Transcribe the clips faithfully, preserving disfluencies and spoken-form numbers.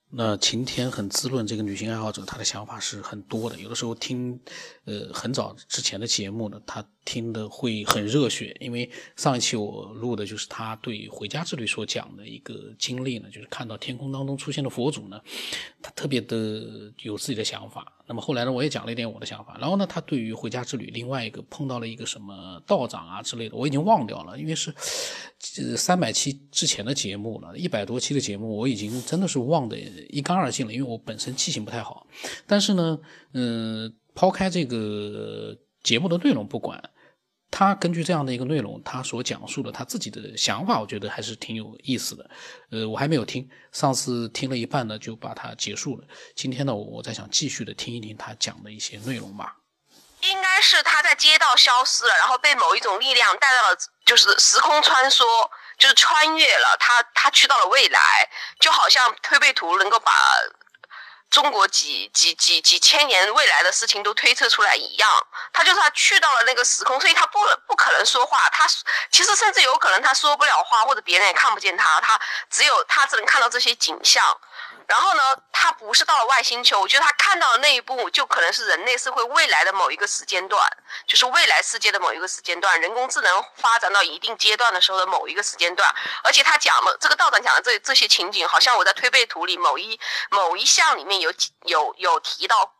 那晴天很滋润，这个女性爱好者她的想法是很多的，有的时候听呃很早之前的节目呢，她听的会很热血，因为上一期我录的就是她对回家之旅所讲的一个经历呢，就是看到天空当中出现的佛祖呢，她特别的有自己的想法。那么后来呢，我也讲了一点我的想法，然后呢，她对于回家之旅另外一个碰到了一个什么道长啊之类的，我已经忘掉了，因为是呃三百期之前的节目了，一百多期的节目我已经真的是忘得一干二净了，因为我本身记性不太好。但是呢，嗯、呃，抛开这个节目的内容不管，他根据这样的一个内容，他所讲述的他自己的想法，我觉得还是挺有意思的。呃，我还没有听，上次听了一半呢，就把它结束了。今天呢，我在想继续的听一听他讲的一些内容吧。 应该是他在街道消失了，然后被某一种力量带到了，就是时空穿梭，就是穿越了，他他去到了未来，就好像推背图能够把中国几几几几千年未来的事情都推测出来一样。他就是他去到了那个时空，所以他不不可能说话，他其实甚至有可能他说不了话，或者别人也看不见他，他只有他只能看到这些景象。然后呢，他不是到了外星球，我觉得他看到的那一步就可能是人类社会未来的某一个时间段，就是未来世界的某一个时间段，人工智能发展到一定阶段的时候的某一个时间段。而且他讲了这个道长讲的这这些情景，好像我在推背图里某一某一项里面有有有提到，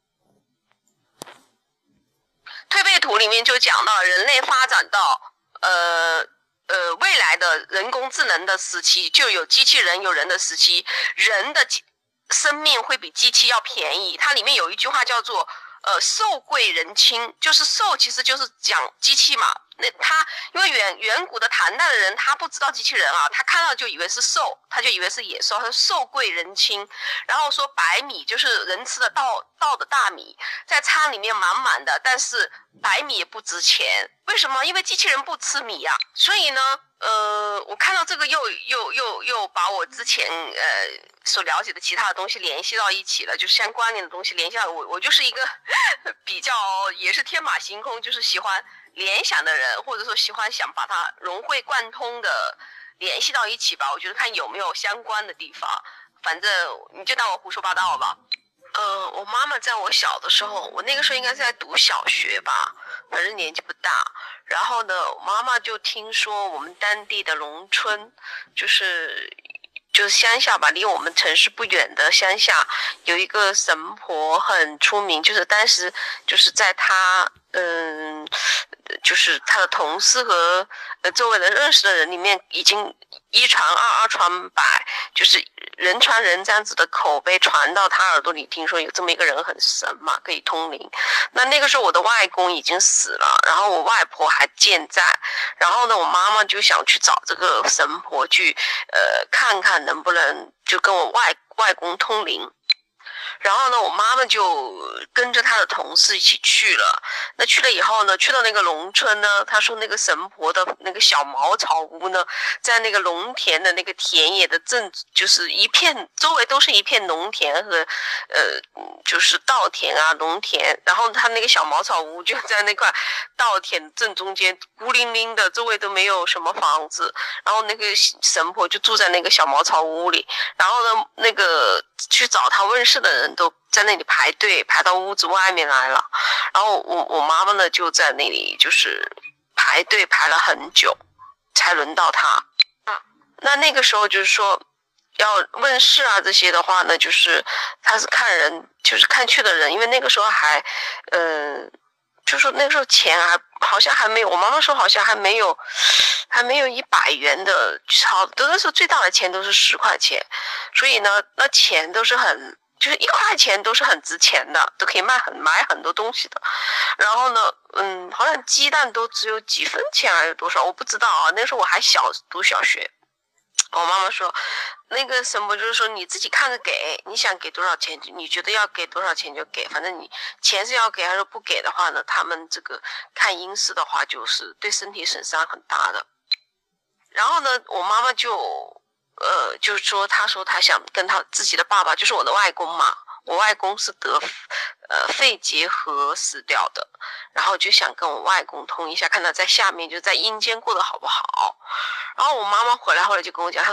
推背图里面就讲到了人类发展到呃。呃，未来的人工智能的时期，就有机器人有人的时期，人的生命会比机器要便宜。它里面有一句话叫做呃寿贵人轻，就是寿其实就是讲机器嘛。那他因为远远古的唐代的人他不知道机器人啊，他看到就以为是兽，他就以为是野兽，他说寿贵人轻。然后说白米就是人吃的稻稻的大米，在仓里面满满的，但是白米也不值钱。为什么？因为机器人不吃米呀、啊。所以呢，呃，我看到这个又又又又把我之前呃所了解的其他的东西联系到一起了，就是相关联的东西联系到我，我就是一个比较也是天马行空，就是喜欢联想的人，或者说喜欢想把它融会贯通的联系到一起吧。我觉得看有没有相关的地方，反正你就当我胡说八道吧。呃，我妈妈在我小的时候，我那个时候应该是在读小学吧，反正年纪不大。然后呢，我妈妈就听说我们当地的农村，就是就是乡下吧，离我们城市不远的乡下，有一个神婆很出名，就是当时就是在她嗯，就是她的同事和呃周围的认识的人里面，已经一传二，二传百，就是人传人这样子的口碑传到他耳朵里，听说有这么一个人很神嘛，可以通灵。那那个时候我的外公已经死了，然后我外婆还健在，然后呢，我妈妈就想去找这个神婆去，呃，看看能不能就跟我外外公通灵。然后呢，我妈妈就跟着她的同事一起去了。那去了以后呢，去到那个农村呢，她说那个神婆的那个小茅草屋呢，在那个农田的那个田野的正，就是一片周围都是一片农田和呃，就是稻田啊，农田。然后她那个小茅草屋就在那块稻田正中间，孤零零的，周围都没有什么房子。然后那个神婆就住在那个小茅草屋里。然后呢，那个去找她问事的人都在那里排队，排到屋子外面来了。然后我我妈妈呢就在那里就是排队排了很久，才轮到她。那那个时候就是说要问事啊这些的话呢，就是他是看人，就是看去的人，因为那个时候还嗯、呃，就说那个时候钱还好像还没有，我妈妈说好像还没有还没有一百元的，好多的时候最大的钱都是十块钱，所以呢那钱都是很就是一块钱都是很值钱的，都可以卖很买很多东西的。然后呢嗯，好像鸡蛋都只有几分钱还是多少我不知道啊，那时候我还小，读小学。我妈妈说那个什么就是说你自己看着给，你想给多少钱你觉得要给多少钱就给，反正你钱是要给还是不给的话呢，他们这个看阴司的话就是对身体损伤很大的。然后呢我妈妈就呃就是说她说她想跟她自己的爸爸，就是我的外公嘛，我外公是得呃肺结核死掉的，然后就想跟我外公通一下，看他在下面就在阴间过得好不好。然后我妈妈回来后来就跟我讲，她说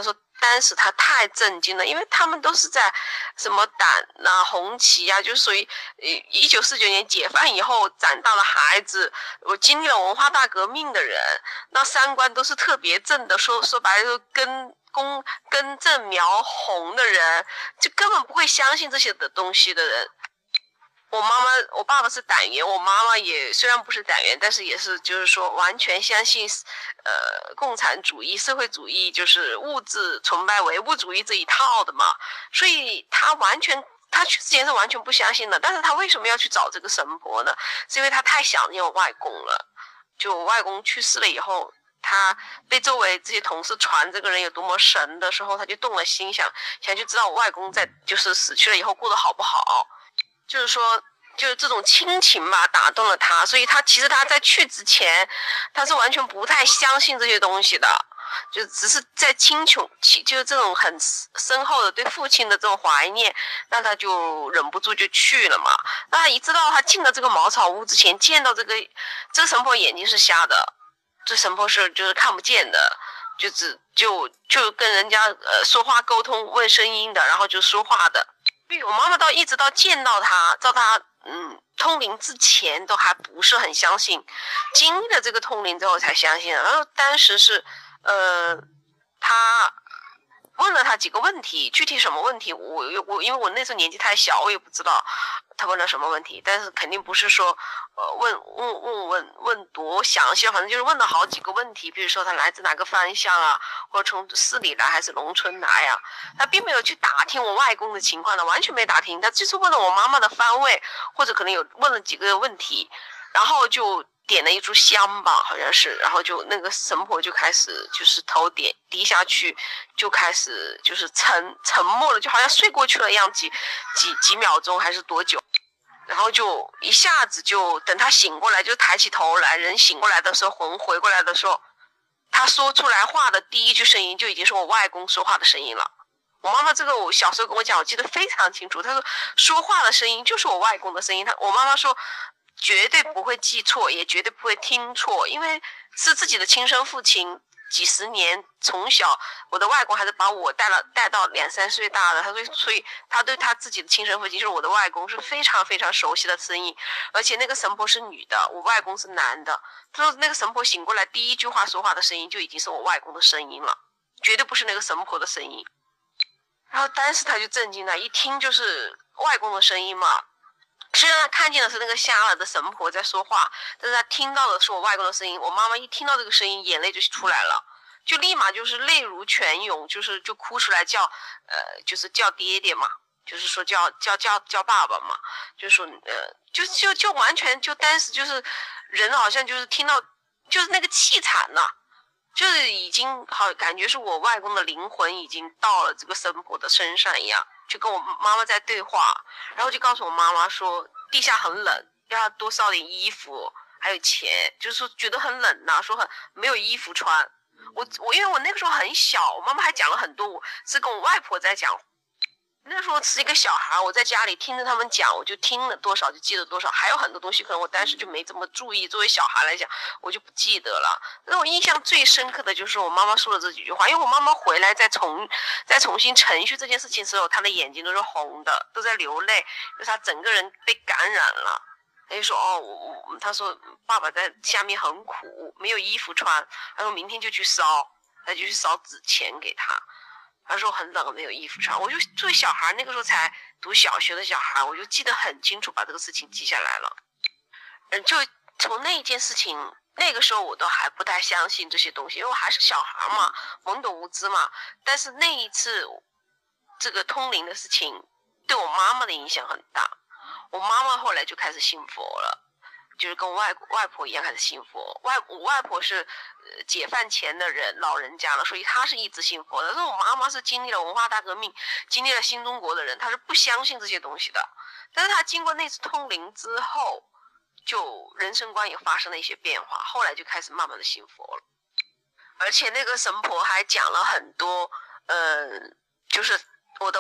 当时他太震惊了，因为他们都是在什么党啊、红旗啊，就属于一九四九年解放以后长大的孩子，我经历了文化大革命的人，那三观都是特别正的，说说白了就跟公根正苗红的人，就根本不会相信这些的东西的人。我妈妈，我爸爸是党员，我妈妈也虽然不是党员，但是也是就是说完全相信，呃，共产主义、社会主义就是物质崇拜、唯物主义这一套的嘛，所以他完全，他去之前是完全不相信的。但是他为什么要去找这个神婆呢？是因为他太想念我外公了。就我外公去世了以后，他被周围这些同事传这个人有多么神的时候，他就动了心，想想去知道我外公在就是死去了以后过得好不好。就是说，就是这种亲情吧，打动了他，所以他其实他在去之前，他是完全不太相信这些东西的，就只是在亲情，就是这种很深厚的对父亲的这种怀念，那他就忍不住就去了嘛。那他一知道他进了这个茅草屋之前，见到这个这个神婆眼睛是瞎的，这神婆是就是看不见的，就只就就跟人家呃说话沟通问声音的，然后就说话的。我妈妈到一直到见到他，到他嗯通灵之前都还不是很相信，经历了这个通灵之后才相信。然后当时是呃他问了他几个问题，具体什么问题我我因为我那时候年纪太小，我也不知道他问了什么问题，但是肯定不是说呃问问问问问多详细，反正就是问了好几个问题，比如说他来自哪个方向啊，或者从市里来还是农村来呀、啊，他并没有去打听我外公的情况的，完全没打听，他就是问了我妈妈的方位，或者可能有问了几个问题，然后就点了一炷香吧，好像是，然后就那个神婆就开始就是头点低下去，就开始就是沉沉默了，就好像睡过去了一样，几几几秒钟还是多久，然后就一下子就等他醒过来，就抬起头来，人醒过来的时候，魂回过来的时候，他说出来话的第一句声音就已经是我外公说话的声音了。我妈妈这个我小时候跟我讲，我记得非常清楚，她说说话的声音就是我外公的声音，她我妈妈说绝对不会记错，也绝对不会听错，因为是自己的亲生父亲，几十年从小我的外公还是把我带了带到两三岁大的，他说所以他对他自己的亲生父亲就是我的外公是非常非常熟悉的声音，而且那个神婆是女的，我外公是男的，他说那个神婆醒过来第一句话说话的声音就已经是我外公的声音了，绝对不是那个神婆的声音。然后当时他就震惊了，一听就是外公的声音嘛，虽然他看见的是那个瞎了的神婆在说话，但是他听到的是我外公的声音。我妈妈一听到这个声音，眼泪就出来了，就立马就是泪如泉涌，就是就哭出来叫，呃，就是叫爹爹嘛，就是说叫叫叫叫爸爸嘛，就说呃，就就就完全就当时就是人好像就是听到就是那个气场呐、啊，就是已经好感觉是我外公的灵魂已经到了这个神婆的身上一样。就跟我妈妈在对话，然后就告诉我妈妈说地下很冷，要她多烧点衣服，还有钱，就是说觉得很冷呐、啊，说很没有衣服穿。我我因为我那个时候很小，我妈妈还讲了很多，我是跟我外婆在讲。那时候是一个小孩，我在家里听着他们讲，我就听了多少就记得多少，还有很多东西可能我当时就没这么注意，作为小孩来讲我就不记得了。那我印象最深刻的就是我妈妈说的这几句话，因为我妈妈回来再重再重新程序这件事情的时候，她的眼睛都是红的，都在流泪，就是她整个人被感染了。她就说哦，我我她说爸爸在下面很苦，没有衣服穿，她说明天就去烧，她就去烧纸钱给他。他说很冷，没有衣服穿。我就作为小孩，那个时候才读小学的小孩，我就记得很清楚，把这个事情记下来了。嗯，就从那一件事情，那个时候我都还不太相信这些东西，因为我还是小孩嘛，懵懂无知嘛。但是那一次这个通灵的事情，对我妈妈的影响很大。我妈妈后来就开始信佛了。就是跟我外外婆一样开始信佛，外我外婆是呃解放前的人，老人家了，所以她是一直信佛的。但是我妈妈是经历了文化大革命，经历了新中国的人，她是不相信这些东西的。但是她经过那次通灵之后，就人生观也发生了一些变化，后来就开始慢慢的信佛了。而且那个神婆还讲了很多，呃，就是我的我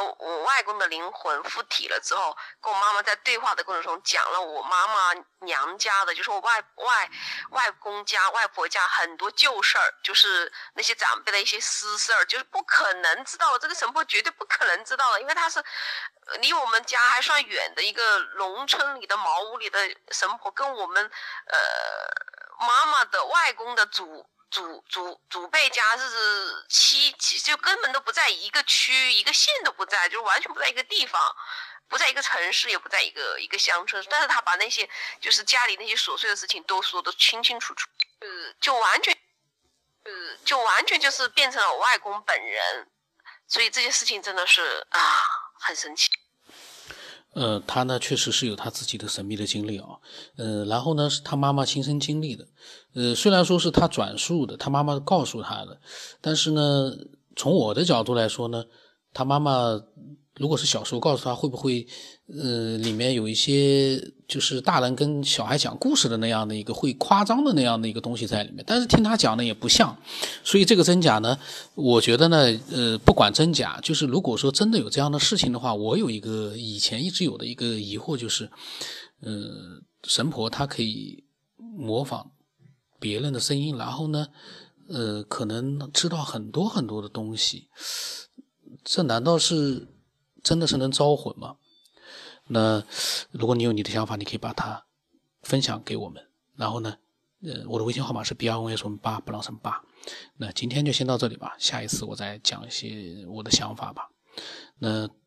外公的灵魂附体了之后，跟我妈妈在对话的过程中讲了我妈妈娘家的，就是我外外外公家、外婆家很多旧事儿，就是那些长辈的一些私事儿，就是不可能知道的，这个神婆绝对不可能知道的，因为他是离我们家还算远的一个农村里的茅屋里的神婆，跟我们呃妈妈的外公的祖祖祖祖辈家是七七，就根本都不在一个区，一个县都不在，就完全不在一个地方，不在一个城市，也不在一个一个乡村。但是他把那些就是家里那些琐碎的事情都说得清清楚楚，呃，就完全，呃，就完全就是变成了我外公本人。所以这些事情真的是啊，很神奇。 呃，他呢确实是有他自己的神秘的经历啊，呃，然后呢是他妈妈亲身经历的，呃，虽然说是他转述的，他妈妈告诉他的，但是呢，从我的角度来说呢，他妈妈如果是小时候告诉他，会不会呃里面有一些就是大人跟小孩讲故事的那样的一个会夸张的那样的一个东西在里面，但是听他讲的也不像，所以这个真假呢，我觉得呢呃不管真假，就是如果说真的有这样的事情的话，我有一个以前一直有的一个疑惑，就是呃神婆她可以模仿别人的声音，然后呢呃可能知道很多很多的东西，这难道是真的是能招魂吗？那如果你有你的想法，你可以把它分享给我们。然后呢，呃，我的微信号码是 B R O N S 八布朗森八。那今天就先到这里吧，下一次我再讲一些我的想法吧。那